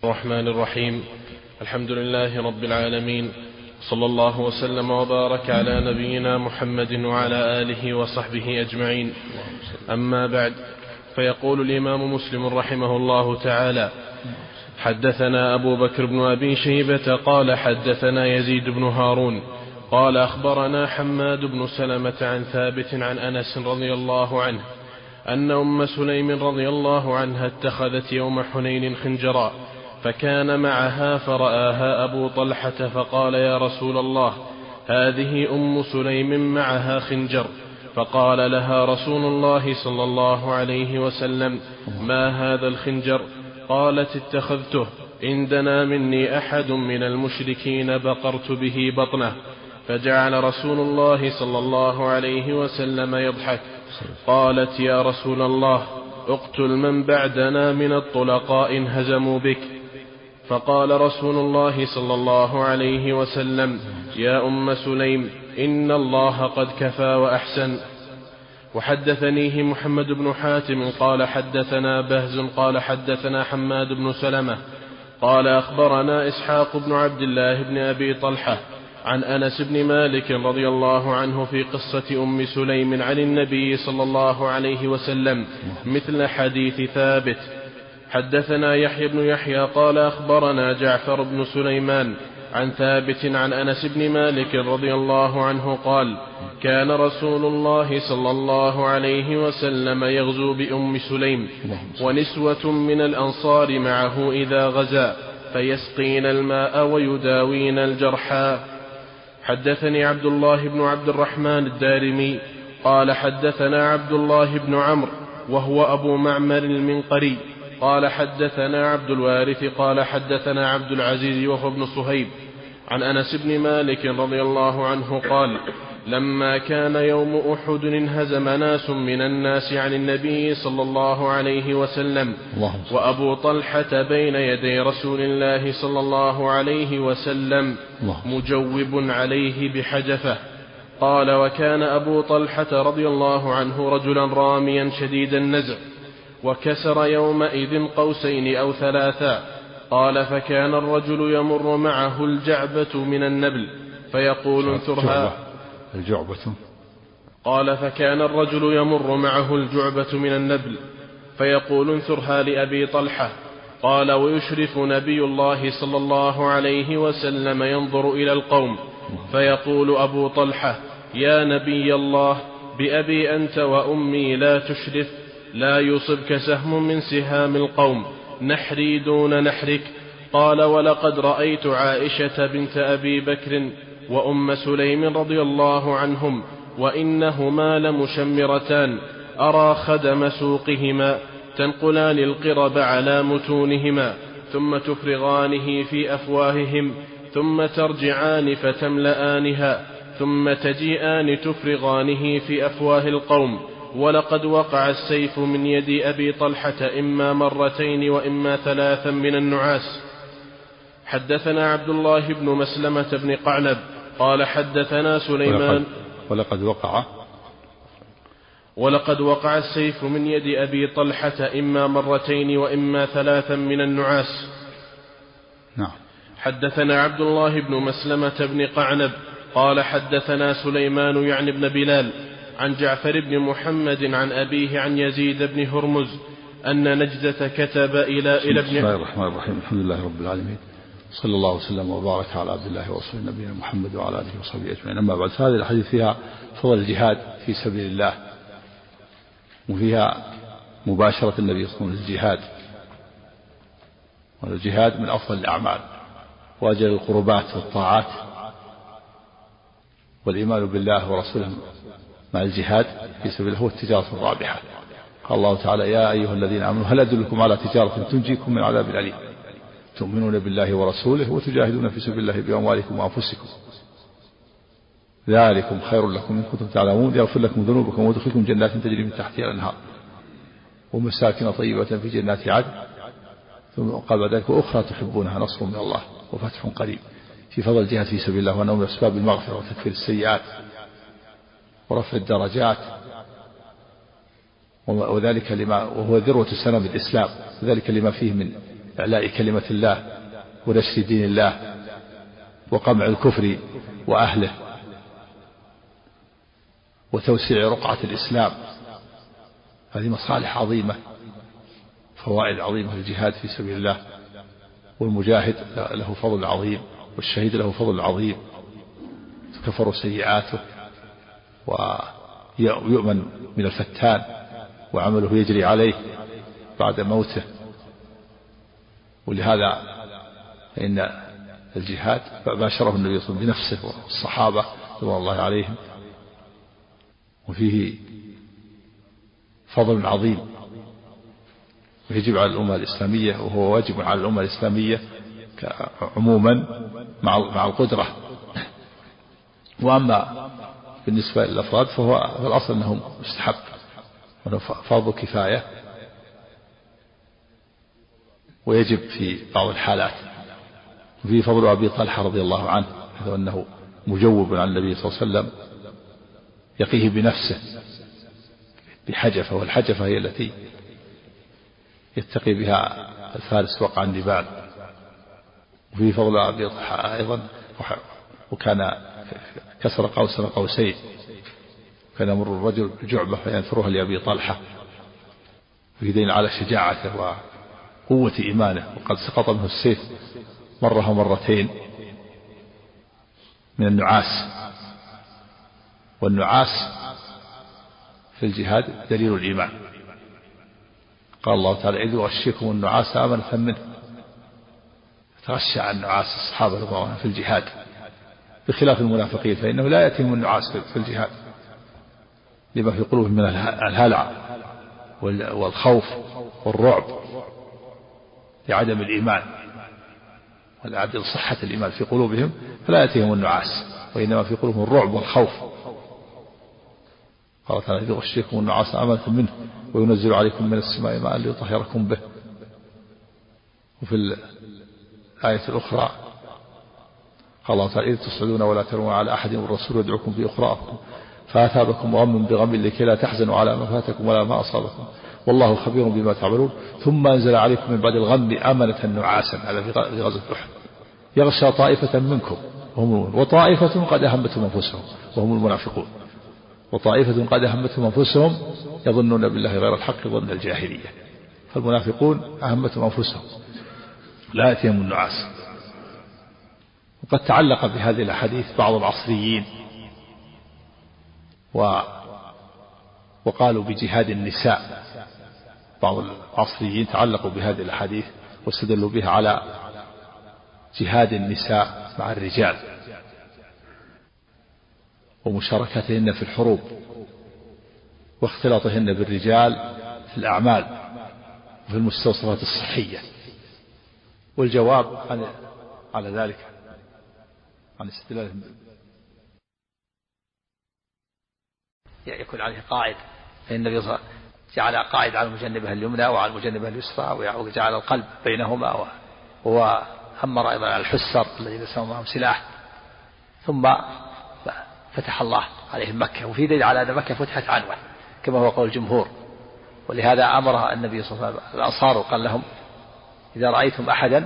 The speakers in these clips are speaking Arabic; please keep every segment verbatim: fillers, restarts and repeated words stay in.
الرحمن الرحيم. الحمد لله رب العالمين، صلى الله وسلم وبارك على نبينا محمد وعلى آله وصحبه أجمعين. أما بعد، فيقول الإمام مسلم رحمه الله تعالى: حدثنا أبو بكر بن أبي شيبة قال حدثنا يزيد بن هارون قال أخبرنا حماد بن سلمة عن ثابت عن أنس رضي الله عنه أن أم سليم رضي الله عنها اتخذت يوم حنين خنجرا، فكان معها فرآها أبو طلحة فقال: يا رسول الله، هذه أم سليم معها خنجر. فقال لها رسول الله صلى الله عليه وسلم: ما هذا الخنجر؟ قالت: اتخذته، إن دنا مني أحد من المشركين بقرت به بطنه. فجعل رسول الله صلى الله عليه وسلم يضحك. قالت: يا رسول الله، اقتل من بعدنا من الطلقاء إن هزموا بك. فقال رسول الله صلى الله عليه وسلم: يا أم سليم، إن الله قد كفى وأحسن. وحدثنيه محمد بن حاتم قال حدثنا بهز قال حدثنا حماد بن سلمة قال أخبرنا إسحاق بن عبد الله بن أبي طلحة عن أنس بن مالك رضي الله عنه في قصة أم سليم عن النبي صلى الله عليه وسلم مثل حديث ثابت. حدثنا يحيى بن يحيى قال أخبرنا جعفر بن سليمان عن ثابت عن أنس بن مالك رضي الله عنه قال: كان رسول الله صلى الله عليه وسلم يغزو بأم سليم ونسوة من الأنصار معه إذا غزا، فيسقين الماء ويداوين الجرحى. حدثني عبد الله بن عبد الرحمن الدارمي قال حدثنا عبد الله بن عمرو وهو أبو معمر المنقري قال حدثنا عبد الوارث قال حدثنا عبد العزيز وهو ابن صهيب عن أنس بن مالك رضي الله عنه قال: لما كان يوم أحد انهزم ناس من الناس عن النبي صلى الله عليه وسلم، وأبو طلحة بين يدي رسول الله صلى الله عليه وسلم مجوب عليه بحجفة. قال: وكان أبو طلحة رضي الله عنه رجلا راميا شديد النزع، وكسر يومئذ قوسين أو ثلاثا. قال: فكان الرجل يمر معه الجعبة من النبل فيقول: انثرها. الجعبة. قال: فكان الرجل يمر معه الجعبة من النبل فيقول: انثرها لأبي طلحة. قال: ويشرف نبي الله صلى الله عليه وسلم ينظر إلى القوم فيقول أبو طلحة: يا نبي الله، بأبي أنت وأمي لا تشرف، لا يصبك سهم من سهام القوم، نحري دون نحرك. قال: ولقد رأيت عائشة بنت أبي بكر وأم سليم رضي الله عنهم وإنهما لمشمرتان، أرى خدم سوقهما تنقلان القرب على متونهما ثم تفرغانه في أفواههم ثم ترجعان فتملآنها ثم تجيئان تفرغانه في أفواه القوم. ولقد وقع السيف من يد أبي طلحة إما مرتين وإما ثلاثا من النعاس. حدثنا عبد الله بن مسلمة بن قعنب قال حدثنا سليمان ولقد وقع ولقد وقع السيف من يد أبي طلحة إما مرتين وإما ثلاثا من النعاس. نعم. حدثنا عبد الله بن مسلمة بن قعنب قال حدثنا سليمان يعني بن بلال عن جعفر بن محمد عن أبيه عن يزيد بن هرمز أن نجدة كتب إلى إلى ابن. بسم الله الرحمن الرحيم. الحمد لله رب العالمين، صلى الله وسلم وبارك على عبد الله ورسوله نبينا محمد وعلى آله وصحبه أجمعين. أما بعد، هذه الحديث فيها فضل الجهاد في سبيل الله، وفيها مباشرة النبي صلى الله عليه وسلم الجهاد، والجهاد من أفضل الأعمال وأجل القربات والطاعات، والإيمان بالله ورسوله مع الجهاد في سبيله هو التجارة الرابحة. قال الله تعالى: يا أيها الذين آمنوا هل أدلكم على تجارة تنجيكم من عذاب أليم تؤمنون بالله ورسوله وتجاهدون في سبيل الله بأموالكم وأنفسكم ذلكم خير لكم إن كنتم تعلمون يغفر لكم ذنوبكم ويدخلكم جنات تجري من تحتها الأنهار ومساكن طيبة في جنات عدن. ثم قال بعد ذلك: وأخرى تحبونها نصر من الله وفتح قريب. في فضل الجهاد في سبيل الله وأنه من أسباب المغفرة وتكفير السيئات ورفع الدرجات، وذلك لما وهو ذروة سنام الإسلام، وذلك لما فيه من إعلاء كلمة الله ونشر دين الله وقمع الكفر وأهله وتوسيع رقعة الإسلام. هذه مصالح عظيمة، فوائد عظيمة في الجهاد في سبيل الله. والمجاهد له فضل عظيم، والشهيد له فضل عظيم، تكفر سيئاته ويؤمن من الفتان وعمله يجري عليه بعد موته. ولهذا فإن الجهاد باشره النبي صلى الله عليه وسلم بنفسه والصحابة رضوان الله عليهم، وفيه فضل عظيم ويجب على الأمة الإسلامية، وهو واجب على الأمة الإسلامية عموما مع القدرة. وأما بالنسبة للأفراد فهو في الأصل أنهم مستحب فرض كفاية، ويجب في بعض الحالات. وفي فضل أبي طلحة رضي الله عنه، حيث أنه مجوب عن النبي صلى الله عليه وسلم يقيه بنفسه بحجفة، والحجفة هي التي يتقي بها الفارس وقع النبال. وفي فضل أبي طلحة أيضا، وكان كسر قوسا قوسين، كان يمر الرجل بجعبة فينثرها لأبي طلحة، في دين على شجاعته وقوة إيمانه، وقد سقط منه السيف مرة ومرتين من النعاس. والنعاس في الجهاد دليل الإيمان. قال الله تعالى: إذ يغشيكم النعاس أمنة منه. تغشى عن النعاس الصحابة رضي الله عنهم في الجهاد، بخلاف المنافقين فإنه لا يأتيهم النعاس في الجهاد لما في قلوبهم من الهلع والخوف والرعب لعدم الإيمان ولعدم صحة الإيمان في قلوبهم، فلا يأتيهم النعاس، وإنما في قلوبهم الرعب والخوف. قال تعالى: إذ يغشيكم النعاس أمنة منه وينزل عليكم من السماء ماء ليطهركم به. وفي الآية الأخرى قال الله تعالى: إذ تصعدون ولا تلوون على أحد والرسول يدعوكم في أخراكم فأثابكم غما بغم لكي لا تحزنوا على ما فاتكم ولا ما أصابكم والله خبير بما تعملون ثم أنزل عليكم من بعد الغم أمنة نعاسا. هذا في غزوة أحد. يغشى طائفة منكم وهم وطائفة قد أهمتهم أنفسهم وهم المنافقون، وطائفة قد أهمتهم أنفسهم يظنون بالله غير الحق ظن الجاهلية. فالمنافقون أهمتهم أنفسهم لا يأتيهم النعاس. وقد تعلق بهذه الأحاديث بعض العصريين و وقالوا بجهاد النساء. بعض العصريين تعلقوا بهذه الأحاديث واستدلوا بها على جهاد النساء مع الرجال ومشاركتهن في الحروب واختلاطهن بالرجال في الأعمال وفي المستوصفات الصحية. والجواب عن على ذلك عن استدلالهم يكون عليه قاعد، فإن النبي صلى الله عليه وسلم جعل قاعد على المجنبة اليمنى وعلى المجنبة اليسرى، وجعل القلب بينهما، وأمر أيضا على الحسر الذين سووا معهم سلاح. ثم فتح الله عليهم مكة، وفي دليل على أن مكة فتحت عنوة كما هو قول الجمهور. ولهذا أمر النبي صلى الله عليه وسلم الأنصار وقال لهم: إذا رأيتم أحدا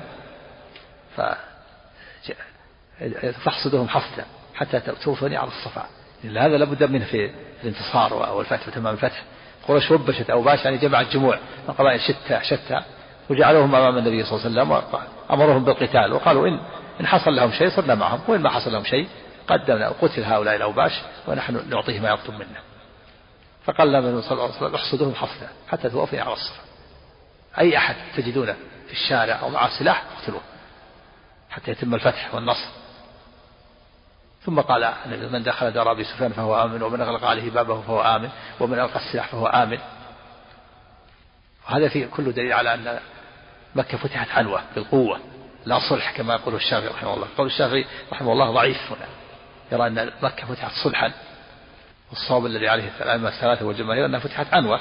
فاحصدهم حصدا حتى توفوني على الصفا. هذا لابد منه في الانتصار والفتح وتمام الفتح. قريش وبشت أوباش، يعني جمعت جموع من قبائل شتى شتى وجعلوهم أمام النبي صلى الله عليه وسلم وأمرهم بالقتال، وقالوا إن إن حصل لهم شيء صرنا معهم، وإن ما حصل لهم شيء قدمنا قتل هؤلاء الأوباش ونحن نعطيه ما يطلب منا. فقال النبي صلى الله عليه وسلم: احصدهم حصدا حتى توفي على الصفا. أي أحد تجدونه في الشارع أو مع سلاح اقتلوه حتى يتم الفتح والنصر. ثم قال: من دخل دار أبي سفيان فهو آمن، ومن أغلق عليه بابه فهو آمن، ومن ألقى السلاح فهو آمن. وهذا فيه كله دليل على أن مكة فتحت عنوة بالقوة لا صلح كما يقول الشافعي رحمه الله. قول الشافعي رحمه الله ضعيف هنا، يرى أن مكة فتحت صلحا، والصواب الذي عليه الأئمة الثلاثة والجماهير أنها فتحت عنوة.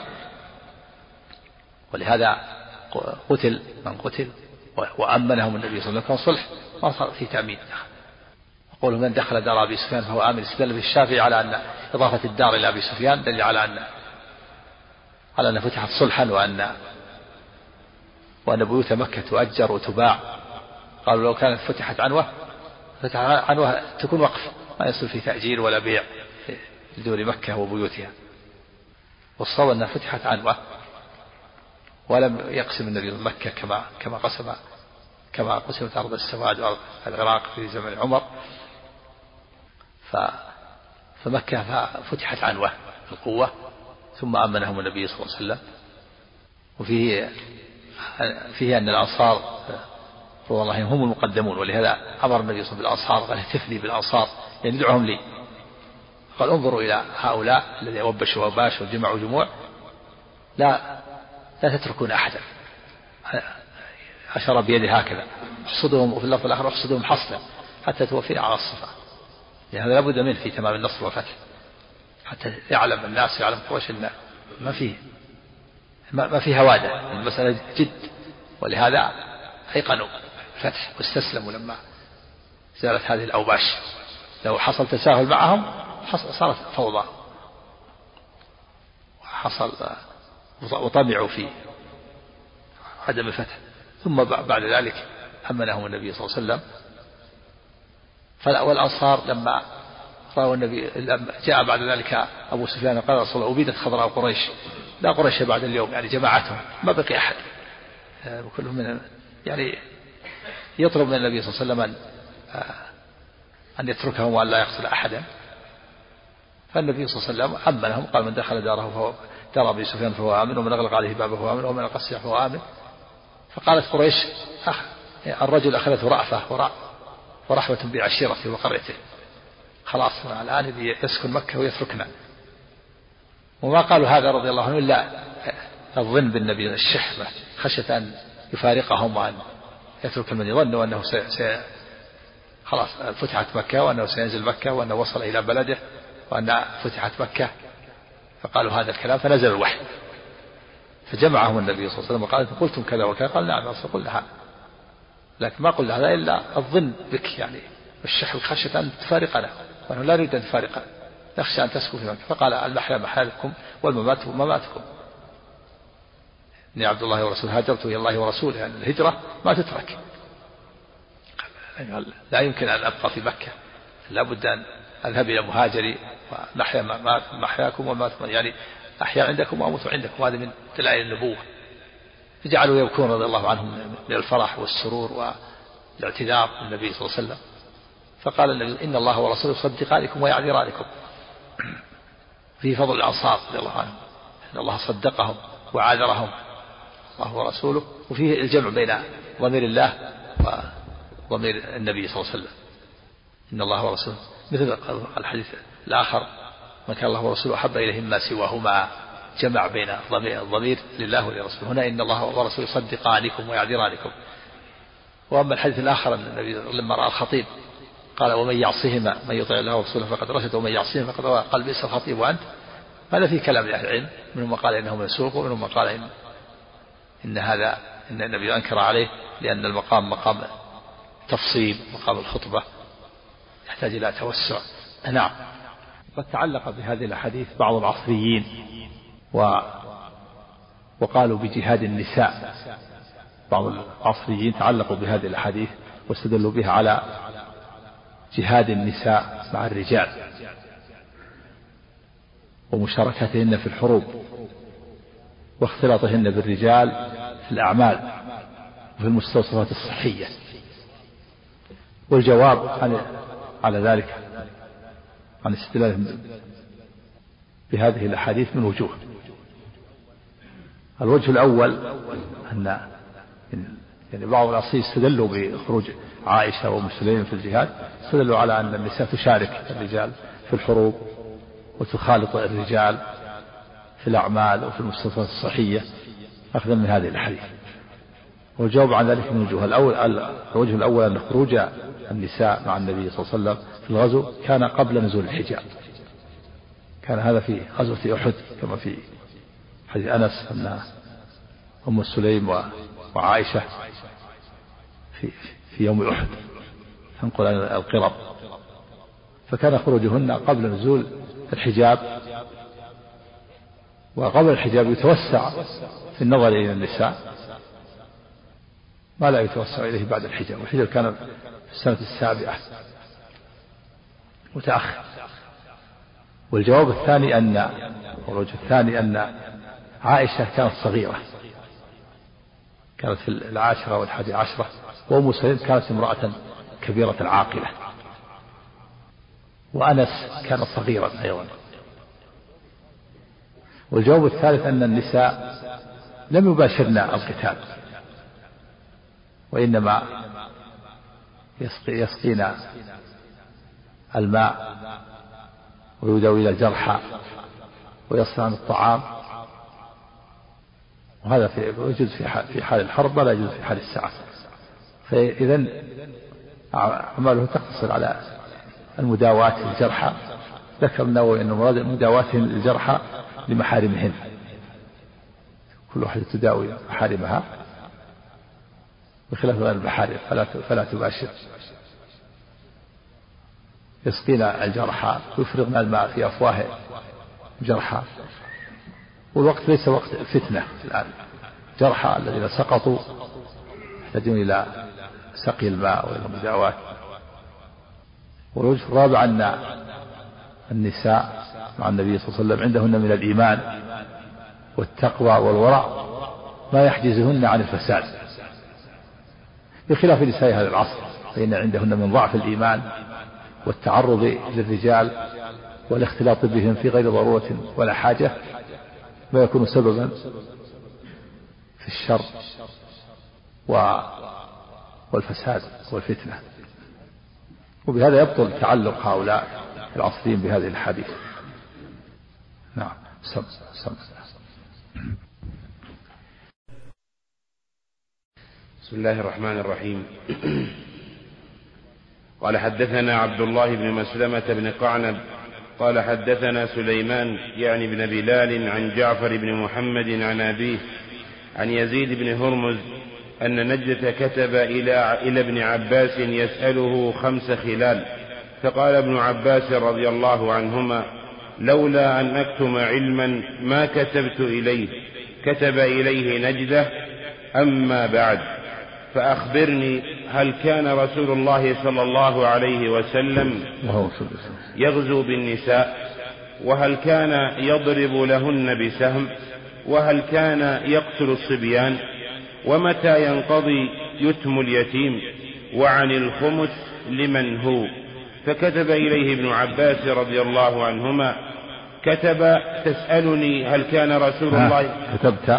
ولهذا قتل من قتل وأمنهم النبي صلى الله عليه وسلم، كان صلح ما صار فيه تأمين. قوله من دخل دار أبي سفيان فهو آمن استدل به الشافعي على أن إضافة الدار إلى أبي سفيان دل على أن على أن فتحت صلحا، وأن وأن بيوت مكة تؤجر وتباع. قالوا لو كانت فتحت عنوة فتح عنوة تكون وقف، ما يصير في تأجير ولا بيع في دور مكة وبيوتها. والصواب أنها فتحت عنوة، ولم يقسم النبي مكة كما كما قسم كما قسمت أرض السواد وأرض العراق في زمن عمر. فمكة فتحت عنوة القوة، ثم أمنهم النبي صلى الله عليه وسلم. وفيه فيه أن الأنصار رضي الله عنهم هم المقدمون، ولهذا أمر النبي صلى الله عليه وسلم بالأنصار، قال اهتفني بالأنصار يعني ادعوهم لي. قال انظروا إلى هؤلاء الذين وبشوا وباشوا وجمعوا جموع، لا لا تتركون أحدا. أشار بيده هكذا، احصدهم، وفي اللفظ الآخر احصدهم حصدا حتى توفي على الصفا. لهذا يعني لابد منه في تمام النصر والفتح، حتى يعلم الناس يعلم قريش أن ما فيه ما في هوادة، المسألة جد. ولهذا أيقنوا الفتح واستسلموا لما زالت هذه الأوباش. لو حصل تساهل معهم صارت فوضى، وحصل وطمعوا في عدم الفتح. ثم بعد ذلك أمنهم النبي صلى الله عليه وسلم. والأنصار لما رأوا النبي جاء بعد ذلك أبو سفيان قال رسول الله أبيدت خضراء قريش، لا قريش بعد اليوم، يعني جماعتهم ما بقي أحد، وكلهم من يعني يطلب من النبي صلى الله عليه وسلم أن أن يتركهم وأن لا يقتل أحدا. فالنبي صلى الله عليه وسلم أمنهم، قال من دخل داره فهو دار أبي سفيان فهو آمن، ومن أغلق عليه بابه فهو آمن، ومن قسي فهو آمن. فقالت قريش أخ الرجل أخذته رأفة ورحمة بعشيرته وقريته، خلاص الآن يسكن مكة ويتركنا. وما قالوا هذا رضي الله عنه إلا الظن بالنبي الشحمة، خشية أن يفارقهم وأن يترك من يظن أنه سي... سي... خلاص فتحت مكة، وأنه سينزل مكة، وأنه وصل إلى بلده، وأن فتحت مكة. فقالوا هذا الكلام، فنزل الوحي فجمعهم النبي صلى الله عليه وسلم وقال قلتم كذا وكذا. قال نعم قلنا هذا، لكن ما قلنا هذا إلا الظن بك، يعني الشحم خشية أن تفارقنا، ونحن لا نريد أن تفارقنا، نخشى أن تسكن في مكة. فقال المحيا محياكم والممات مماتكم، إني عبد الله ورسوله هاجرت إلى الله ورسوله. يعني الهجرة ما تترك، لا يمكن أن أبقى في مكة، لا بد أن أذهب إلى مهاجري، ونحيا محياكم ومماتكم، يعني أحيا عندكم وأموت عندكم. وهذا من دلائل النبوة. جعلوا يبكون رضي الله عنهم من الفرح والسرور والاعتذار للنبي صلى الله عليه وسلم. فقال النبي إن الله ورسوله يصدقانكم ويعذرانكم، في فضل الأنصار رضي الله عنهم، إن الله صدقهم وعاذرهم الله ورسوله. وفيه الجمع بين ضمير الله وضمير النبي صلى الله عليه وسلم، إن الله ورسوله، مثل الحديث الآخر من كان الله ورسوله أحب إليهم ما سواهما، جمع بين الضمير لله ولرسوله. هنا إن الله ورسوله يصدقانكم ويعذرانكم. وأما الحديث الآخر النبي لما رأى الخطيب قال ومن يعصيهما، من يطيع الله ورسوله فقد رشد ومن يعصيهما فقد غوى. قال بئس الخطيب وأنت. هذا في كلام لأهل العلم، منهم من قال إنه منسوخ، ومنهم من قال إن, إن هذا إن النبي أنكر عليه لأن المقام مقام تفصيل، مقام الخطبة يحتاج إلى توسع. نعم. قد تعلق بهذه الأحاديث بعض العصريين و وقالوا بجهاد النساء. بعض العصريين تعلقوا بهذه الأحاديث واستدلوا بها على جهاد النساء مع الرجال ومشاركتهن في الحروب واختلاطهن بالرجال في الأعمال وفي المستوصفات الصحية. والجواب على ذلك عن استدلالهم بهذه الأحاديث من وجوه. الوجه الأول أن يعني بعض العصريين استدلوا بخروج عائشة ومسلمين في الجهاد، استدلوا على أن النساء تشارك الرجال في الحروب وتخالط الرجال في الأعمال وفي المستوصفات الصحية أخذا من هذه الحديث. والجواب عن ذلك من وجوه. الأول الوجه الأول أن خروج النساء مع النبي صلى الله عليه وسلم في الغزو كان قبل نزول الحجاب، كان هذا في غزوة أحد كما في حديث أنس أن أم سليم وعائشة في في يوم أحد تنقل القرب، فكان خروجهن قبل نزول الحجاب. وقبل الحجاب يتوسع في النظر إلى النساء ما لا يتوسع إليه بعد الحجر، والحجر كان في السنة السابعة متأخر. والجواب الثاني أن والوجه الثاني أن عائشة كانت صغيرة، كانت في العاشرة والحادي عشرة، وأم سليم كانت امرأة كبيرة عاقلة، وأنس كان صغيرا أيضا. والجواب الثالث أن النساء لم يباشرن القتال، وإنما يسقين الماء ويداوين الجرحى ويصنعن الطعام، وهذا في يجوز في حال في حال الحرب ولا يجوز في حال السعة. فإذا أعماله تقتصر على المداواة الجرحى. ذكر النووي أن مراد مداواة الجرحى لمحارمهن، كل واحدة تداوي محارمها بخلاف غير المحارم فلا فلا تباشر. يسقين الجرحى ويفرغن الماء في أفواه الجرحى، والوقت ليس وقت فتنة الآن. جرحى الذين سقطوا يحتاجون إلى سقي الماء وإلى المداواة. والوجه الرابع أن النساء مع النبي صلى الله عليه وسلم عندهن من الإيمان والتقوى والورع ما يحجزهن عن الفساد، بخلاف نساء هذا العصر، فإن عندهن من ضعف الإيمان والتعرض للرجال والاختلاط بهم في غير ضرورة ولا حاجة ما يكون سببا في الشر والفساد والفتنة. وبهذا يبطل تعلق هؤلاء العصريين بهذه الحديث. نعم. سم سم بسم الله الرحمن الرحيم. قال حدثنا عبد الله بن مسلمة بن قعنب قال حدثنا سليمان يعني بن بلال عن جعفر بن محمد عن أبيه عن يزيد بن هرمز أن نجدة كتب إلى إلى ابن عباس يسأله خمس خلال، فقال ابن عباس رضي الله عنهما: لولا أن أكتم علما ما كتبت إليه. كتب إليه نجدة: أما بعد فأخبرني، هل كان رسول الله صلى الله عليه وسلم يغزو بالنساء؟ وهل كان يضرب لهن بسهم؟ وهل كان يقتل الصبيان؟ ومتى ينقضي يتم اليتيم؟ وعن الخمس لمن هو؟ فكتب إليه ابن عباس رضي الله عنهما: كتب تسألني هل كان رسول الله كتبت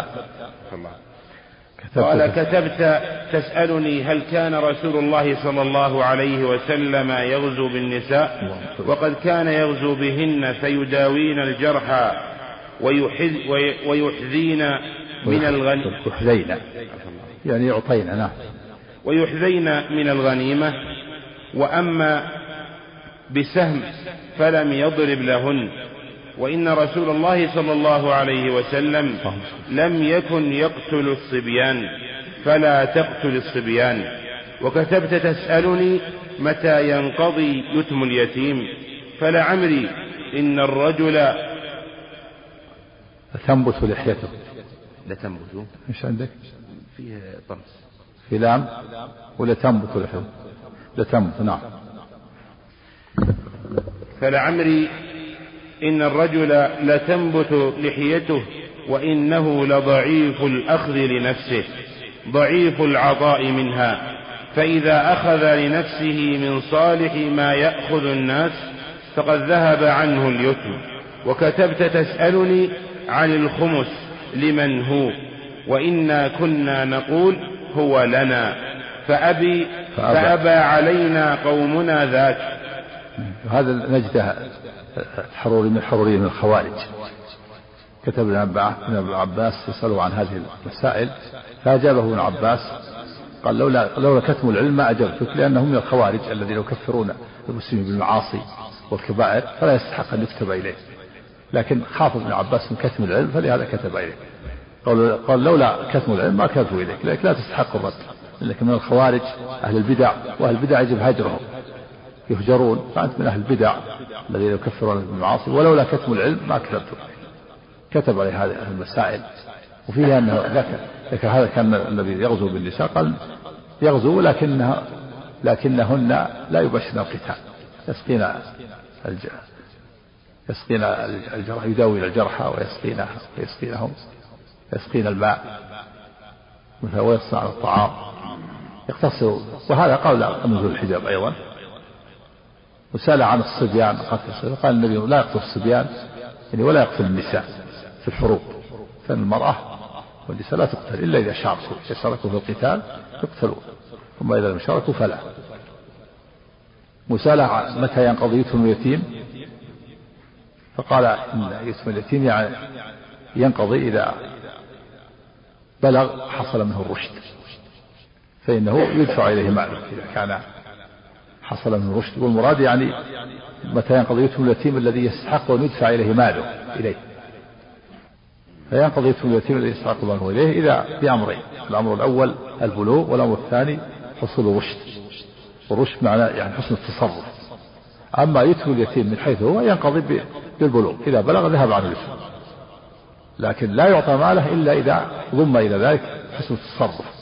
قال كتبت تسألني هل كان رسول الله صلى الله عليه وسلم يغزو بالنساء؟ وقد كان يغزو بهن فيداوين الجرحى ويحذين من الغنيمة يعني يعطينا ويحذين من الغنيمة. وأما بسهم فلم يضرب لهن. وإن رسول الله صلى الله عليه وسلم لم يكن يقتل الصبيان فلا تقتل الصبيان. وكتبت تسألني متى ينقضي يتم اليتيم؟ فلعمري إن الرجل تنبت لحيته. لا تنبت. ايش عندك؟ فيه طمس. في لام ولا تنبت لحيته؟ لا تنبت. نعم. فلعمري إن الرجل لتنبت لحيته وإنه لضعيف الأخذ لنفسه ضعيف العطاء منها، فإذا أخذ لنفسه من صالح ما يأخذ الناس فقد ذهب عنه اليتم. وكتبت تسألني عن الخمس لمن هو؟ وإنا كنا نقول هو لنا فأبي فأبى علينا قومنا ذاك. هذا نجده حروري من حروري من الخوارج. كتب ابن عباس يسأله عن هذه المسائل فأجابه ابن عباس قال: لولا لولا كتم العلم ما أجبتك، لأنهم من الخوارج الذين يكفرون المسلمين بالمعاصي والكبائر فلا يستحق أن يكتب إليه، لكن خاف ابن عباس من كتم العلم فلهذا كتب إليه. قال, قال لولا كتم العلم ما كتبت إليك، لكن لا تستحق الرد، لكن من الخوارج أهل البدع، وأهل البدع يجب هجرهم يهجرون، فأنت من أهل البدع الذين يكفرون بالمعاصي. ولولا كتم العلم ما كتبت. كتب عليه هذه المسائل، وفيها أنه ذكر ذكر هذا كان الذي يغزو بالنساء قال يغزو لكنها لكنهن لا يبشرن القتال، يسقين يسقين الجرح، يداوين الجرحى ويسقينها ويسقينهم يسقين الماء ويصنع الطعام يقتصر. وهذا قول من ذو الحجاب أيضا. وسأل عن الصبيان قتل الصبيان، قال النبي لا يقتل الصبيان يعني ولا يقتل النساء في الحروب، فإن المرأة والنساء لا تقتل إلا إذا شاركوا يشاركوا في القتال يقتلون، ثم إذا لم يشاركوا فلا. وسأل عن متى ينقضي يتم اليتيم، فقال إن يتم اليتيم يعني ينقضي إذا بلغ حصل منه الرشد، فإنه يدفع إليه ماله إذا كان حصل منه الرشد. والمراد يعني متى ينقضي يتم اليتيم الذي يستحق أن يدفع إليه ماله إليه، فينقضي يتم اليتيم الذي يستحق ماله إليه إذا بأمرين: الأمر الأول البلوغ، والأمر الثاني حصول الرشد. والرشد معناه يعني حسن التصرف. أما يتم اليتيم من حيث هو ينقضي بالبلوغ، إذا بلغ ذهب عنه اليتيم، لكن لا يعطى ماله إلا إذا ضم إلى ذلك حسن التصرف.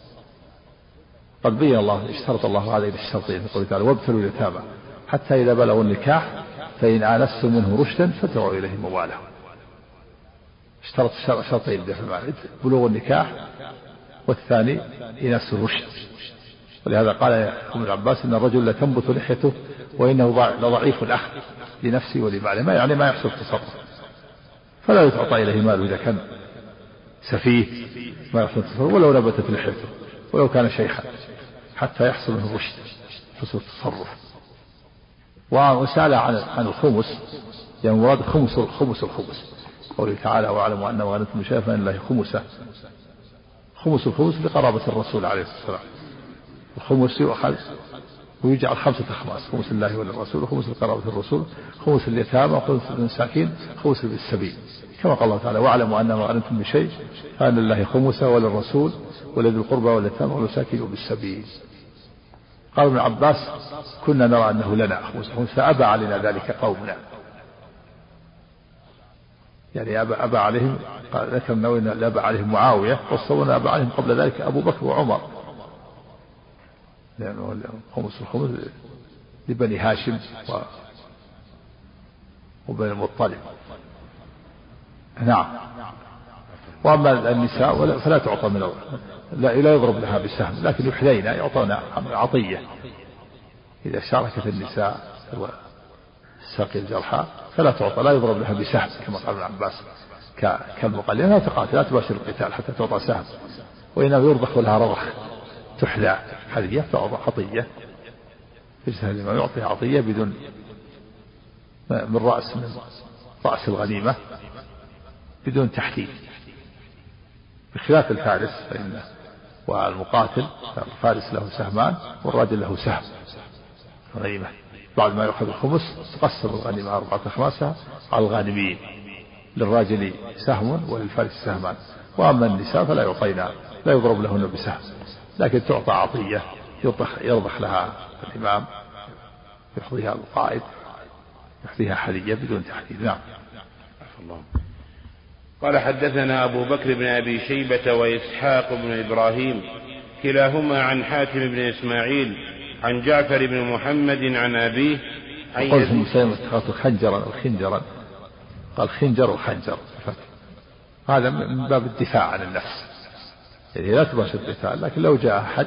قد بين الله اشترط الله هذين الشرطين في قوله تعالى: وابتلوا اليتامى حتى إذا بلغوا النكاح فإن آنستم منه رشدا فادفعوا إليه أموالهم. اشترط شرطين في المال: بلوغ النكاح، والثاني إناس الرشد. ولهذا قال ابن عباس: إن الرجل لتنبت لحيته وإنه لضعيف الأخذ لنفسه ولماله، ما يعني ما يحصل التصرف، فلا يتعطى إليه ماله إذا كان سفيه ما يحصل التصرف، ولو نبتت لحيته ولو كان شيخا، حتى يحصل منه الرشد حصل التصرف. وسأل عن عن الخمس، يعني مراد خمس الخمس الخمس قوله تعالى: واعلموا أن ما غنمتم من شيء فإن الله خمسه. خمس الخمس لقرابة الرسول عليه الصلاة والسلام. الخمس يؤخذ ويجعل خمسة أخماس: خمس الله وللرسول، وخمس لقرابة الرسول، خمس اليتامى، وخمس للمساكين، خمس للسبيل، كما قال الله تعالى: واعلموا أن ما غنمتم من شيء فأن لله خمسه وللرسول ولذي القربى واليتامى والمساكين وبالسبيل. قال ابن عباس: كنا نرى أنه لنا خمس، فأبى علينا ذلك قومنا، يعني أبى, أبى عليهم. قال ذكر النووي أن أبى عليهم معاوية، والصواب أبى عليهم قبل ذلك أبو بكر وعمر، لأنه خمس الخمس لبني هاشم و... وبني المطلب. نعم. وأما النساء فلا تعطى من الأول، لا, لا يضرب لها بسهم، لكن يحلين يعطون عطية إذا شاركت النساء ساقي الجرحى فلا تعطى، لا يضرب لها بسهم كما قال ابن عباس كالمقلين، لا تقاتل لا تباشر القتال حتى تعطى سهم، وإنما يرضخ لها رضخ تحلى هدية، تعطى عطية يجتهد ما يعطيها عطية بدون من رأس من رأس الغنيمة بدون تحديد، بخلاف الفارس فإن والمقاتل الفارس له سهمان والراجل له سهم غنيمة. بعد ما يأخذ الخمس تقسم الغنيمة أربعة أخماسها على الغانمين، للراجل سهم وللفارس سهمان. وأما النساء فلا يعطينا، لا يضرب لهن بسهم، لكن تعطى عطية يرضخ, يرضخ لها الإمام، يحظيها القائد، يحظيها حدية بدون تحديد. نعم. قال: حدثنا أبو بكر بن أبي شيبة وإسحاق بن إبراهيم كلاهما عن حاتم بن إسماعيل عن جعفر بن محمد عن أبيه عن قلت مسلم خنجرا أو خنجرا، قال خنجر وخنجر، هذا من باب الدفاع عن النفس، يعني لا تباشر القتال، لكن لو جاء أحد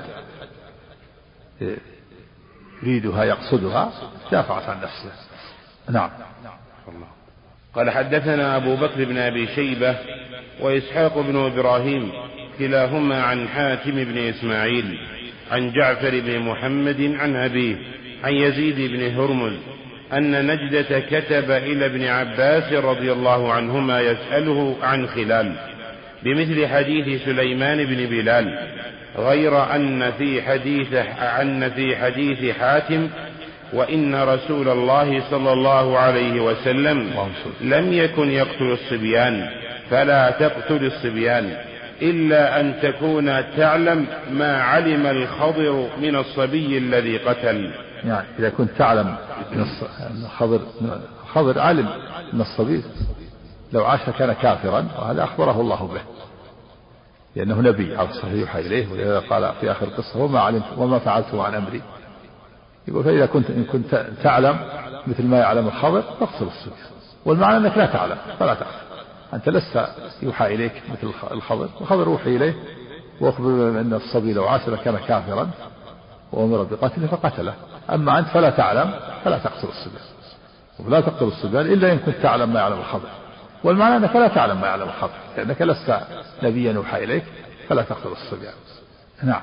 يريدها يقصدها دافعت عن نفسه. نعم. قال: حدثنا أبو بكر بن أبي شيبة وإسحاق بن إبراهيم كلاهما عن حاتم بن إسماعيل عن جعفر بن محمد عن أبيه عن يزيد بن هرمز أن نجدة كتب إلى ابن عباس رضي الله عنهما يسأله عن خلال بمثل حديث سليمان بن بلال، غير أن في حديث أن في حديث حاتم: وإن رسول الله صلى الله عليه وسلم لم يكن يقتل الصبيان فلا تقتل الصبيان إلا أن تكون تعلم ما علم الخضر من الصبي الذي قتل. يعني إذا كنت تعلم أن الخضر الخضر علم من الصبي، لو عاش كان كافرا، وهذا أخبره الله به، لأنه نبي على الصحيح يوحى إليه، ولهذا قال في آخر القصة وما علمت وما فعلته عن أمري. يقول فإذا كنت إن كنت تعلم مثل ما يعلم الخضر فاقتل الصبيان، والمعنى أنك لا تعلم فلا تقتل، أنت لست يوحى إليك مثل الخضر، الخضر يوحي إليه وأخبر أن الصبي لو عاش لكان كافرا وأمر بقتله فقتله، أما أنت فلا تعلم فلا تقتل الصبيان، ولا تقتل الصبيان إلا إن كنت تعلم ما يعلم الخضر، والمعنى أنك لا تعلم ما يعلم الخضر لأنك لست نبيا يوحى إليك فلا تقتل الصبيان. نعم.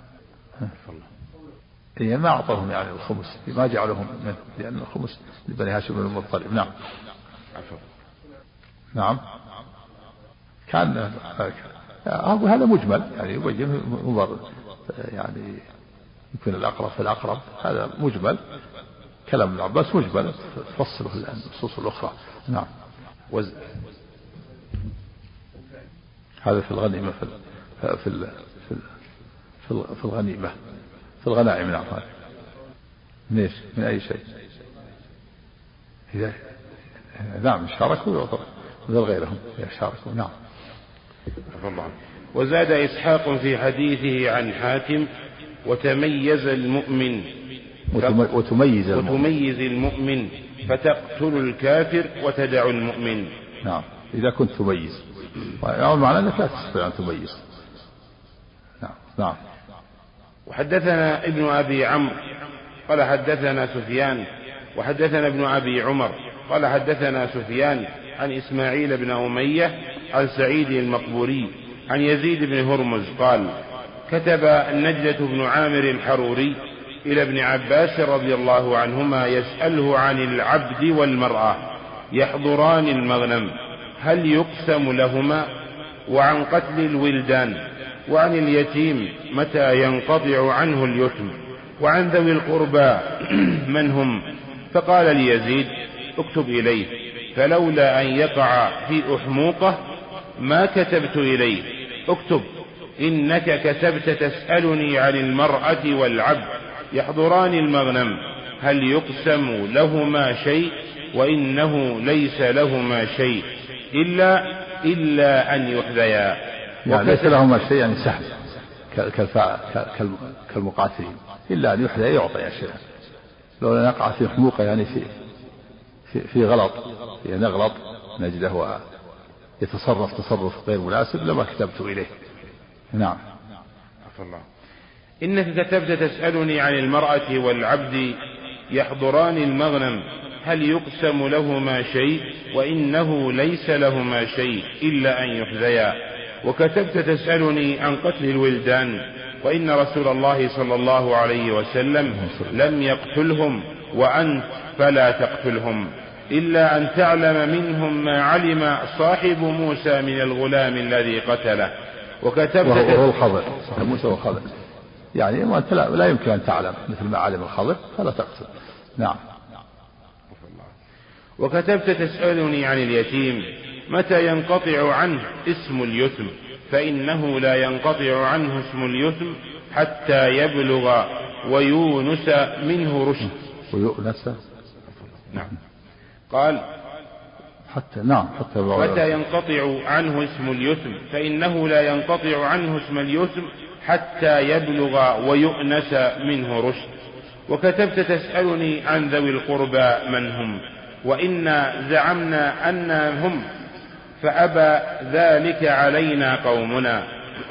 إيه ما أعطوهم يعني الخمس، ما جعلهم منه لأن الخمس لبني هاشم بن المطلب. نعم. نعم. كان هذا مجمل يعني يبين نظر يعني يمكن الأقرب في الأقرب، هذا مجمل كلام ابن عباس مجمل تفصله النصوص الأخرى. نعم. وز... هذا في الغنيمة في ال... في ال... في, ال... في الغنيمة في الغنائم. نعم. ليش من أي شيء إذا نعم شاركوا مثل غيرهم يشاركوا. نعم. وزاد إسحاق في حديثه عن حاتم وتميز المؤمن وتميز المؤمن, وتميز المؤمن فتقتل الكافر وتدع المؤمن. نعم. إذا كنت تميز معنى أنك لا تستطيع أن تميز. نعم. نعم. وحدثنا ابن أبي عمرو قال حدثنا سفيان وحدثنا ابن أبي عمر قال حدثنا سفيان عن إسماعيل بن أمية عن سعيد المقبوري عن يزيد بن هرمز قال كتب النجدة بن عامر الحروري إلى ابن عباس رضي الله عنهما يسأله عن العبد والمرأة يحضران المغنم هل يقسم لهما، وعن قتل الولدان، وعن اليتيم متى ينقطع عنه اليتم، وعن ذوي القربى من هم، فقال ليزيد اكتب إليه، فلولا أن يقع في أحموقه ما كتبت إليه، اكتب إنك كتبت تسألني عن المرأة والعبد يحضران المغنم هل يقسم لهما شيء، وإنه ليس لهما شيء إلا إلا أن يحذيا. يعني ليس لهما شيء يعني سهل كالمقاتلين، إلا أن يحذيا يعطي شيئا. لو نقع في حموقة يعني في في, في غلط يعني نغلط نجده يتصرف تصرف غير مناسب لما كتبت إليه. نعم. عفى الله. إنك كتبت تسألني عن المرأة والعبد يحضران المغنم هل يقسم لهما شيء، وإنه ليس لهما شيء إلا أن يحذيا. وكتبت تسألني عن قتل الولدان، وإن رسول الله صلى الله عليه وسلم لم يقتلهم، وأنت فلا تقتلهم إلا أن تعلم منهم ما علم صاحب موسى من الغلام الذي قتله. وكتبت وهو الخضر موسى والخضر يعني ما أنت لا, لا يمكن أن تعلم مثل ما علم الخضر فلا تقتل. نعم. وكتبت تسألني عن اليتيم متى ينقطع عنه اسم اليتم، فإنه لا ينقطع عنه اسم اليتم حتى يبلغ ويونس منه رشد. ويؤنس. نعم. قال حتى نعم حتى متى ينقطع عنه اسم اليتم، فإنه لا ينقطع عنه اسم اليتم حتى يبلغ ويؤنس منه رشد. وكتبت تسألني عن ذوي القربى من هم، وإنا زعمنا أنهم فأبى ذلك علينا قومنا.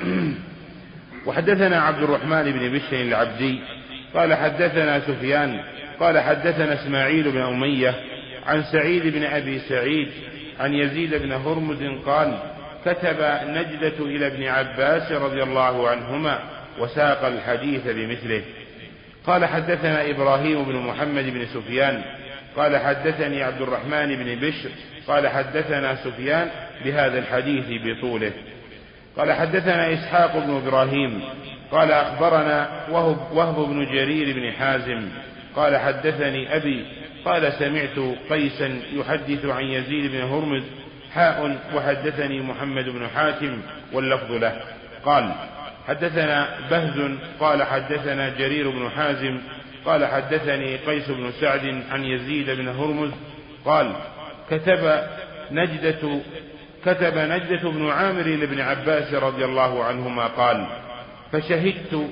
وحدثنا عبد الرحمن بن بشر العبدي قال حدثنا سفيان قال حدثنا إسماعيل بن أمية عن سعيد بن أبي سعيد عن يزيد بن هرمز قال كتب نجدة إلى ابن عباس رضي الله عنهما وساق الحديث بمثله. قال حدثنا إبراهيم بن محمد بن سفيان قال حدثني عبد الرحمن بن بشر قال حدثنا سفيان بهذا الحديث بطوله. قال حدثنا إسحاق بن إبراهيم قال أخبرنا وهب, وهب بن جرير بن حازم قال حدثني أبي قال سمعت قيسا يحدث عن يزيد بن هرمز حاء وحدثني محمد بن حاتم واللفظ له. قال حدثنا بهز قال حدثنا جرير بن حازم قال حدثني قيس بن سعد عن يزيد بن هرمز قال كتب نجدة كتب نجدة بن عامر لابن عباس رضي الله عنهما قال: فشهدت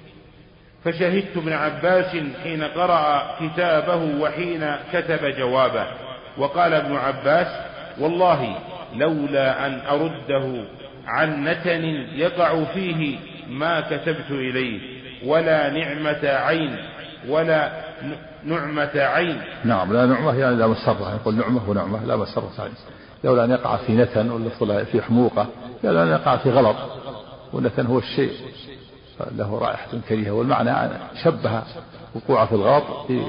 فشهدت ابن عباس حين قرأ كتابه وحين كتب جوابه. وقال ابن عباس: والله لولا أن أرده عن نتن يقع فيه ما كتبت إليه، ولا نعمة عين ولا نعمة عين. نعم، لا نعمة يعني لا مسرة، يقول نعمة ونعمة لا مسرة عين. لولا أن يقع في نتن ولا في حموقة، لولا أن يقع في غلط، والنتن هو الشيء له رائحة كريهة، والمعنى شبه وقوعه في الغلط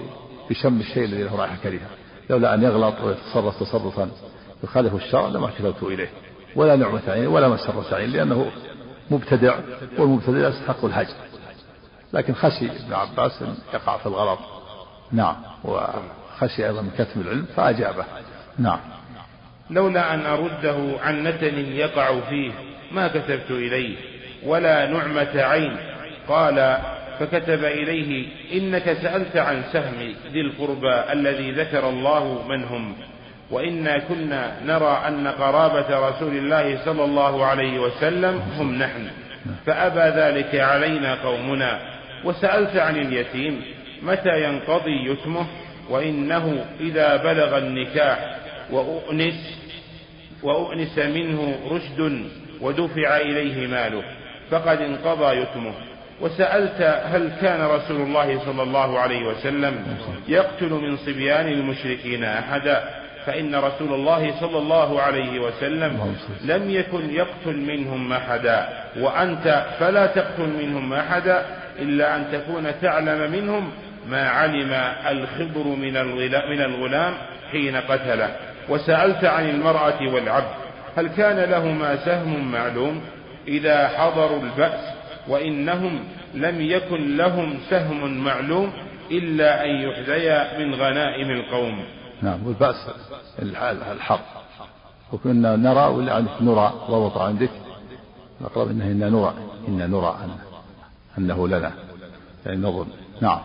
بشم الشيء الذي له رائحة كريهة. لولا أن يغلط ويتصرف تصرفا يخالف الشرع لما كتبت إليه، ولا نعمة عين ولا مسرة عين، لأنه مبتدع، والمبتدع يستحق الهجر. لكن خشي ابن عباس أن يقع في الغلط، نعم، وخشي أيضا من كتم العلم فأجابه. نعم. لولا أن أرده عن نتن يقع فيه ما كتبت إليه، ولا نعمة عين. قال: فكتب إليه: إنك سألت عن سهم ذي القربى الذي ذكر الله من هم، وإنا كنا نرى أن قرابة رسول الله صلى الله عليه وسلم هم نحن، فأبى ذلك علينا قومنا. وسألت عن اليتيم متى ينقضي يتمه، وإنه إذا بلغ النكاح وأؤنس, وأؤنس منه رشد ودفع إليه ماله فقد انقضى يتمه. وسألت هل كان رسول الله صلى الله عليه وسلم يقتل من صبيان المشركين أحدا، فإن رسول الله صلى الله عليه وسلم لم يكن يقتل منهم أحدا، وأنت فلا تقتل منهم أحدا إلا أن تكون تعلم منهم ما علم الخضر من الغلام حين قتله. وسألت عن المرأة والعبد هل كان لهما سهم معلوم إذا حضروا البأس، وإنهم لم يكن لهم سهم معلوم إلا أن يحذيا من غنائم القوم. نعم، والبأس الحرب. وكنا نرى ولا عندك نرى ضبط عندك الأقرب إنه إنا نرى إنا نرى أنه لنا يعني نظن. نعم.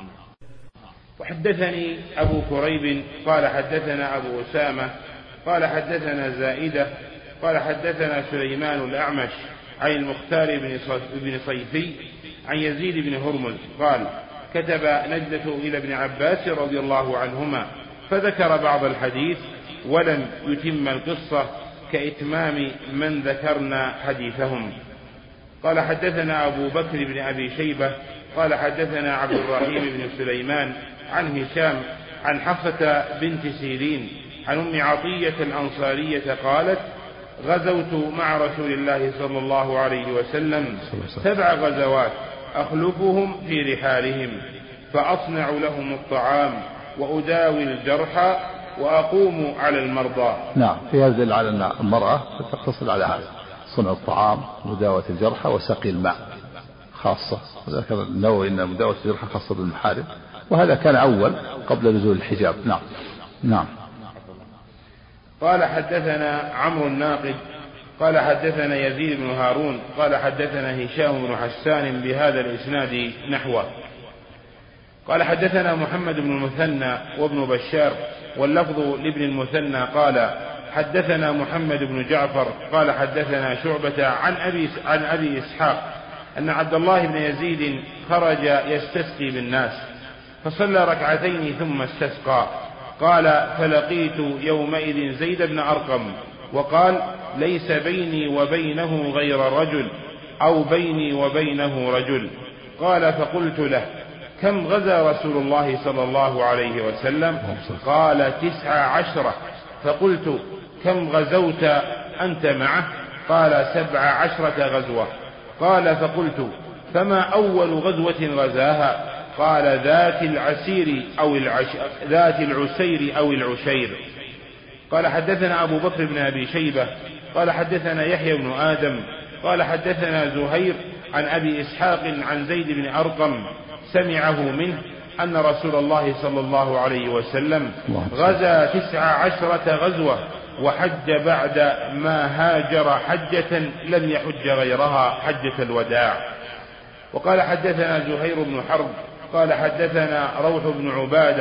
وحدثني أبو كريب قال حدثنا أبو أسامة قال حدثنا زائدة قال حدثنا سليمان الأعمش عن المختار بن صيفي عن يزيد بن هرمز قال: كتب نجدة إلى ابن عباس رضي الله عنهما فذكر بعض الحديث ولم يتم القصة كإتمام من ذكرنا حديثهم. قال حدثنا أبو بكر بن أبي شيبة قال حدثنا عبد الرحيم بن سليمان عن هشام عن حفصة بنت سيرين عن أم عطية الأنصارية قالت: غزوت مع رسول الله صلى الله عليه وسلم سبع غزوات أخلفهم في رحالهم، فأصنع لهم الطعام وأداوي الجرحى وأقوم على المرضى. نعم، في هذا دل على أن المرأة تقتصر على هذا: صنع الطعام ومداوة الجرحى وسقي الماء خاصة. ذكر النووي أن مداوة الجرحى خاصة بالمحارم، وهذا كان أول قبل نزول الحجاب. نعم. نعم. قال حدثنا عمرو الناقد قال حدثنا يزيد بن هارون قال حدثنا هشام بن حسان بهذا الإسناد نحوه. قال حدثنا محمد بن المثنى وابن بشار واللفظ لابن المثنى قال حدثنا محمد بن جعفر قال حدثنا شعبة عن أبي, عن أبي إسحاق أن عبد الله بن يزيد خرج يستسقي بالناس فصلى ركعتين ثم استسقى. قال: فلقيت يومئذ زيد بن أرقم وقال: ليس بيني وبينه غير رجل أو بيني وبينه رجل. قال: فقلت له: كم غزا رسول الله صلى الله عليه وسلم؟ قال: تسع عشرة. فقلت: كم غزوت أنت معه؟ قال: سبع عشرة غزوة. قال: فقلت: فما أول غزوة غزاها؟ قال: ذات العسير أو العش... ذات العسير أو العشير. قال حدثنا أبو بكر بن أبي شيبة قال حدثنا يحيى بن آدم قال حدثنا زهير عن أبي إسحاق عن زيد بن أرقم سمعه منه أن رسول الله صلى الله عليه وسلم غزا تسع عشرة غزوة وحج بعد ما هاجر حجة لم يحج غيرها حجة الوداع. وقال حدثنا زهير بن حرب قال حدثنا روح بن عبادة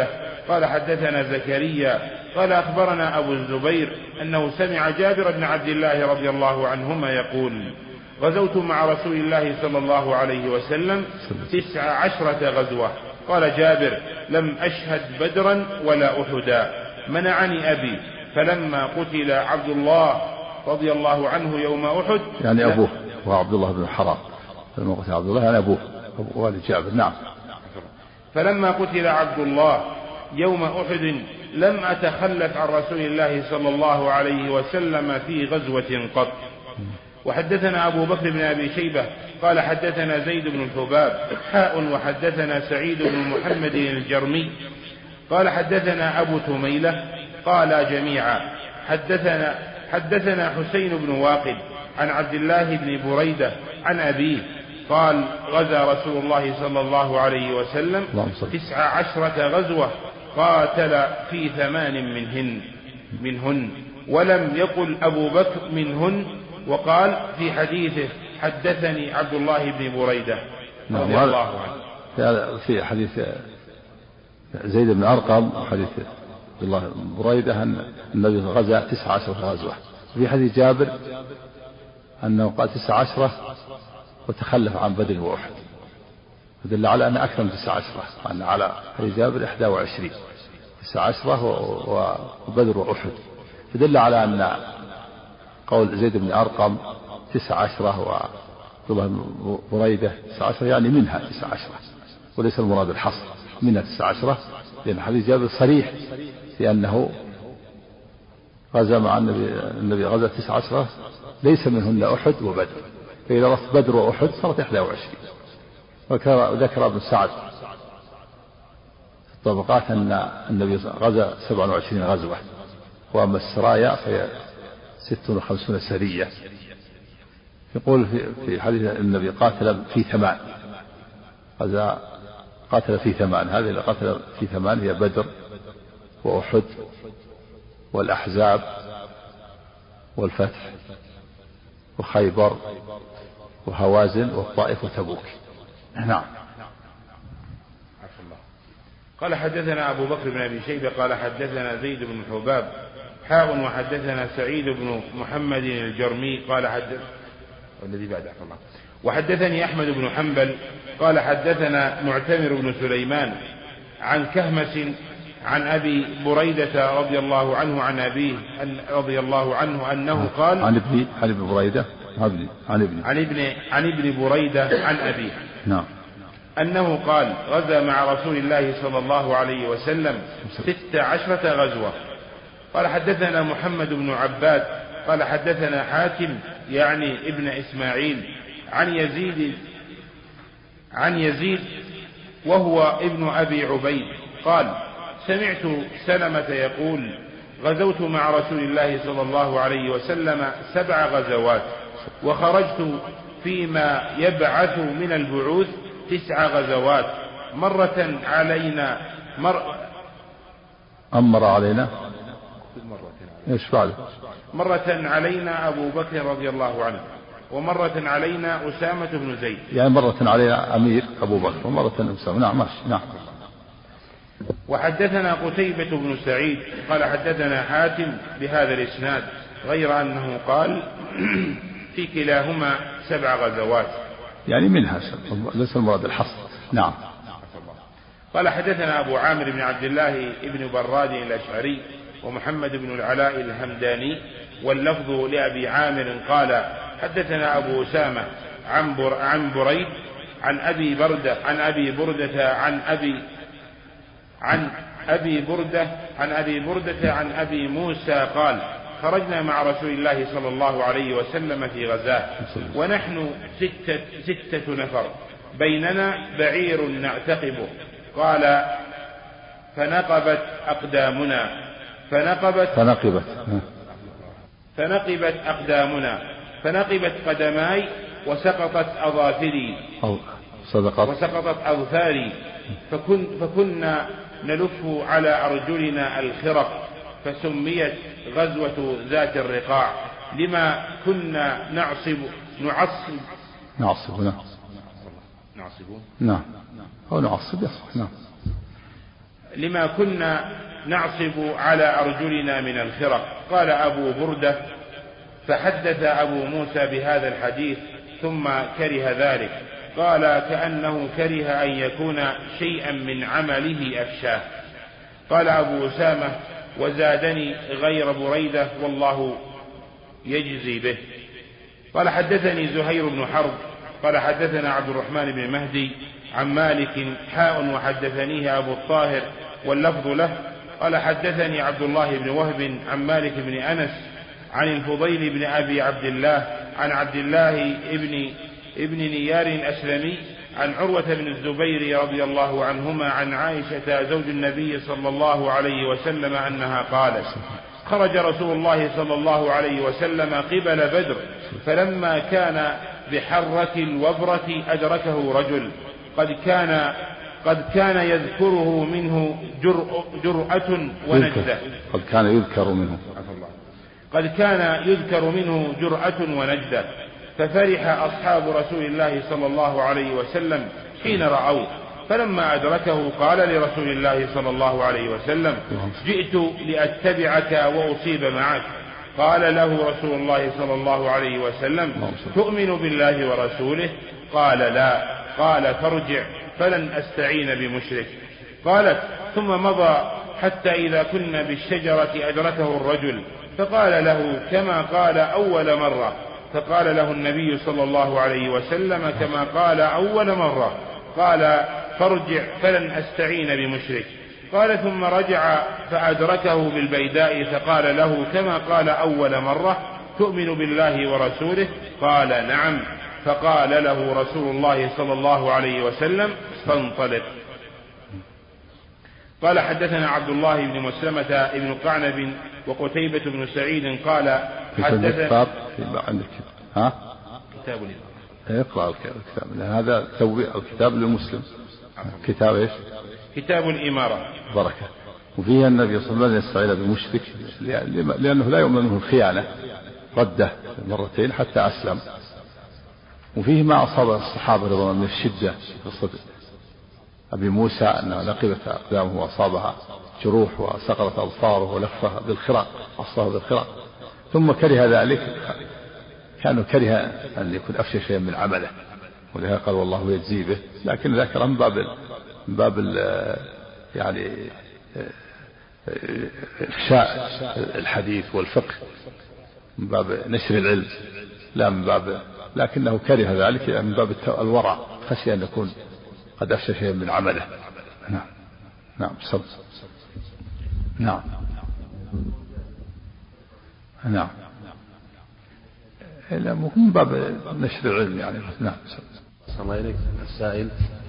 قال حدثنا زكريا قال أخبرنا أبو الزبير أنه سمع جابر بن عبد الله رضي الله عنهما يقول غزوت مع رسول الله صلى الله عليه وسلم تسع عشرة غزوة. قال جابر لم أشهد بدرا ولا أحدا، منعني أبي، فلما قتل عبد الله رضي الله عنه يوم أحد يعني أبوه وعبد الله بن حرام، فلما قتل عبد الله يعني أبوه أبو والد جابر. نعم. فلما قتل عبد الله يوم أحد لم أتخلف عن رسول الله صلى الله عليه وسلم في غزوة قط. وحدثنا أبو بكر بن أبي شيبة قال حدثنا زيد بن الحباب حاء وحدثنا سعيد بن محمد الجرمي قال حدثنا أبو تميلة قال جميعا حدثنا حدثنا حسين بن واقد عن عبد الله بن بريدة عن أبيه قال غزا رسول الله صلى الله عليه وسلم تسع عشرة غزوة قاتل في ثمان منهن منهن ولم يقل أبو بكر منهن. وقال في حديثه حدثني عبد الله بن بريدة رضي الله عنه. في حديث زيد بن أرقم وحديث عبد الله بن بريدة أن النبي غزا تسع عشرة غزوة. في حديث جابر أنه قال تسع عشرة وتخلف عن بدر وأحد، فدل على أن أكثر من تسع عشرة، وأن على حديث جابر إحدى وعشرين تسع عشرة وبدر وأحد، فدل على أن قول زيد بن أرقم تسع عشرة وعبد الله بن بريدة تسع عشرة يعني منها تسع عشرة، وليس المراد الحصر، منها تسع عشرة، لأن حديث جابر صريح في أنه غزا مع النبي النبي غزا تسع عشرة ليس منهن أحد وبدر، فإذا رأت بدر وأحد صارت إحدى وعشرين. وذكر ابن سعد في الطبقات أن النبي غزا سبع وعشرين غزوة، وأما السرايا فهي ست وخمسون سرية. يقول في حديث النبي قاتل في ثمان، غزا قاتل في ثمان، هذه اللي قاتل في ثمان هي بدر وأحد والأحزاب والفتح وخيبر وهوازن والطائف وتبوك. نعم. قال حدثنا أبو بكر بن أبي شيبة قال حدثنا زيد بن حباب حاء وحدثنا سعيد بن محمد الجرمي قال حدث والذي بعد الله وحدثني أحمد بن حنبل قال حدثنا معتمر بن سليمان عن كهمس عن أبي بريدة رضي الله عنه عن أبيه رضي الله عنه أنه قال عن ابن عن ابن بريدة عن ابن عن ابن عن ابن بريدة عن أبيه نعم أنه قال غزا مع رسول الله صلى الله عليه وسلم ست عشرة غزوة. قال حدثنا محمد بن عباد قال حدثنا حاتم يعني ابن إسماعيل عن يزيد عن يزيد وهو ابن أبي عبيد قال سمعت سلمة يقول غزوت مع رسول الله صلى الله عليه وسلم سبع غزوات وخرجت فيما يبعث من البعوث تسع غزوات مرة علينا مر أمر علينا إيش بعد مرة علينا أبو بكر رضي الله عنه ومرة علينا أسامة بن زيد، يعني مرة علينا أمير أبو بكر ومرة أسامة. نعم ماشي. نعم. وحدثنا قتيبة بن سعيد قال حدثنا حاتم بهذا الإسناد غير أنه قال في كلاهما سبع غزوات، يعني منها ليس المراد الحصر. نعم. قال حدثنا أبو عامر بن عبد الله بن براد الأشعري ومحمد بن العلاء الهمداني واللفظ لأبي عامر قال حدثنا أبو أسامة عن, بر عن بريد عن أبي بردة عن أبي بردة عن أبي عن أبي بردة عن أبي بردة عن أبي موسى قال خرجنا مع رسول الله صلى الله عليه وسلم في غزاه ونحن ستة, ستة نفر بيننا بعير نعتقبه قال فنقبت أقدامنا فنقبت فنقبت فنقبت أقدامنا فنقبت قدماي وسقطت أظافري أو صدقت وسقطت أظفاري فكن فكنا نلف على أرجلنا الخرق فسميت غزوة ذات الرقاع لما كنا نعصب نعصب نعصب نعم نعصب نعم أو نعصب يصح. نعم لما كنا نعصب على أرجلنا من الخرق. قال أبو بردة: فحدث أبو موسى بهذا الحديث ثم كره ذلك. قال: كأنه كره أن يكون شيئا من عمله أفشاه. قال أبو أسامة: وزادني غير بريدة والله يجزي به. قال: حدثني زهير بن حرب قال: حدثنا عبد الرحمن بن مهدي عن مالك حاء وحدثنيه أبو الطاهر واللفظ له. قال: حدثني عبد الله بن وهب عن مالك بن أنس عن الفضيل بن أبي عبد الله عن عبد الله ابن ابن نيار الأسلمي عن عروة بن الزبير رضي الله عنهما عن عائشة زوج النبي صلى الله عليه وسلم أنها قالت: خرج رسول الله صلى الله عليه وسلم قبل بدر، فلما كان بحرة الوبرة أدركه رجل قد كان قد كان يذكره منه جرأة ونجدة قد كان يذكر منه قد كان يذكر منه جرأة ونجدة ففرح أصحاب رسول الله صلى الله عليه وسلم حين رأوه، فلما أدركه قال لرسول الله صلى الله عليه وسلم: جئت لأتبعك وأصيب معك. قال له رسول الله صلى الله عليه وسلم: تؤمن بالله ورسوله؟ قال: لا. قال: فارجع فلن أستعين بمشرك. قالت: ثم مضى حتى إذا كنا بالشجرة أدركه الرجل فقال له كما قال أول مرة، فقال له النبي صلى الله عليه وسلم كما قال أول مرة. قال: فارجع فلن أستعين بمشرك. قال: ثم رجع فأدركه بالبيداء فقال له كما قال أول مرة: تؤمن بالله ورسوله؟ قال: نعم. فقال له رسول الله صلى الله عليه وسلم: فانطلق. قال: حدثنا عبد الله بن مسلمة بن قعنب وقتيبة بن سعيد قال: حدثنا عندك ها كتاب الإمام. اقرأ الكتاب، هذا توبيع الكتاب للمسلم. كتاب ايش؟ كتاب الإمارة. بركة. وفيها النبي صلى الله عليه وسلم يستعين بمشرك لأنه لا يؤمن منه الخيانة، رده مرتين حتى أسلم. وفيه ما أصاب الصحابة رضي الله عنهم من الشدة، قصة أبي موسى أنه نقبت أقدامه وأصابها جروح وسقطت أظفاره ولفها بالخراق، عصاه بالخراق، ثم كره ذلك، كانوا كره أن يكون أفشى شيئا من عمله، ولهذا قال: والله يجزي به. لكن ذكر من باب من باب يعني إفشاء الحديث والفقه، من باب نشر العلم، لا من باب، لكنه كره ذلك من باب الورع، خشي أن يكون قد أفشى شيئا من عمله. نعم نعم صد. نعم نعم من باب نشر العلم يعني. نعم. صلى الله عليك السائل: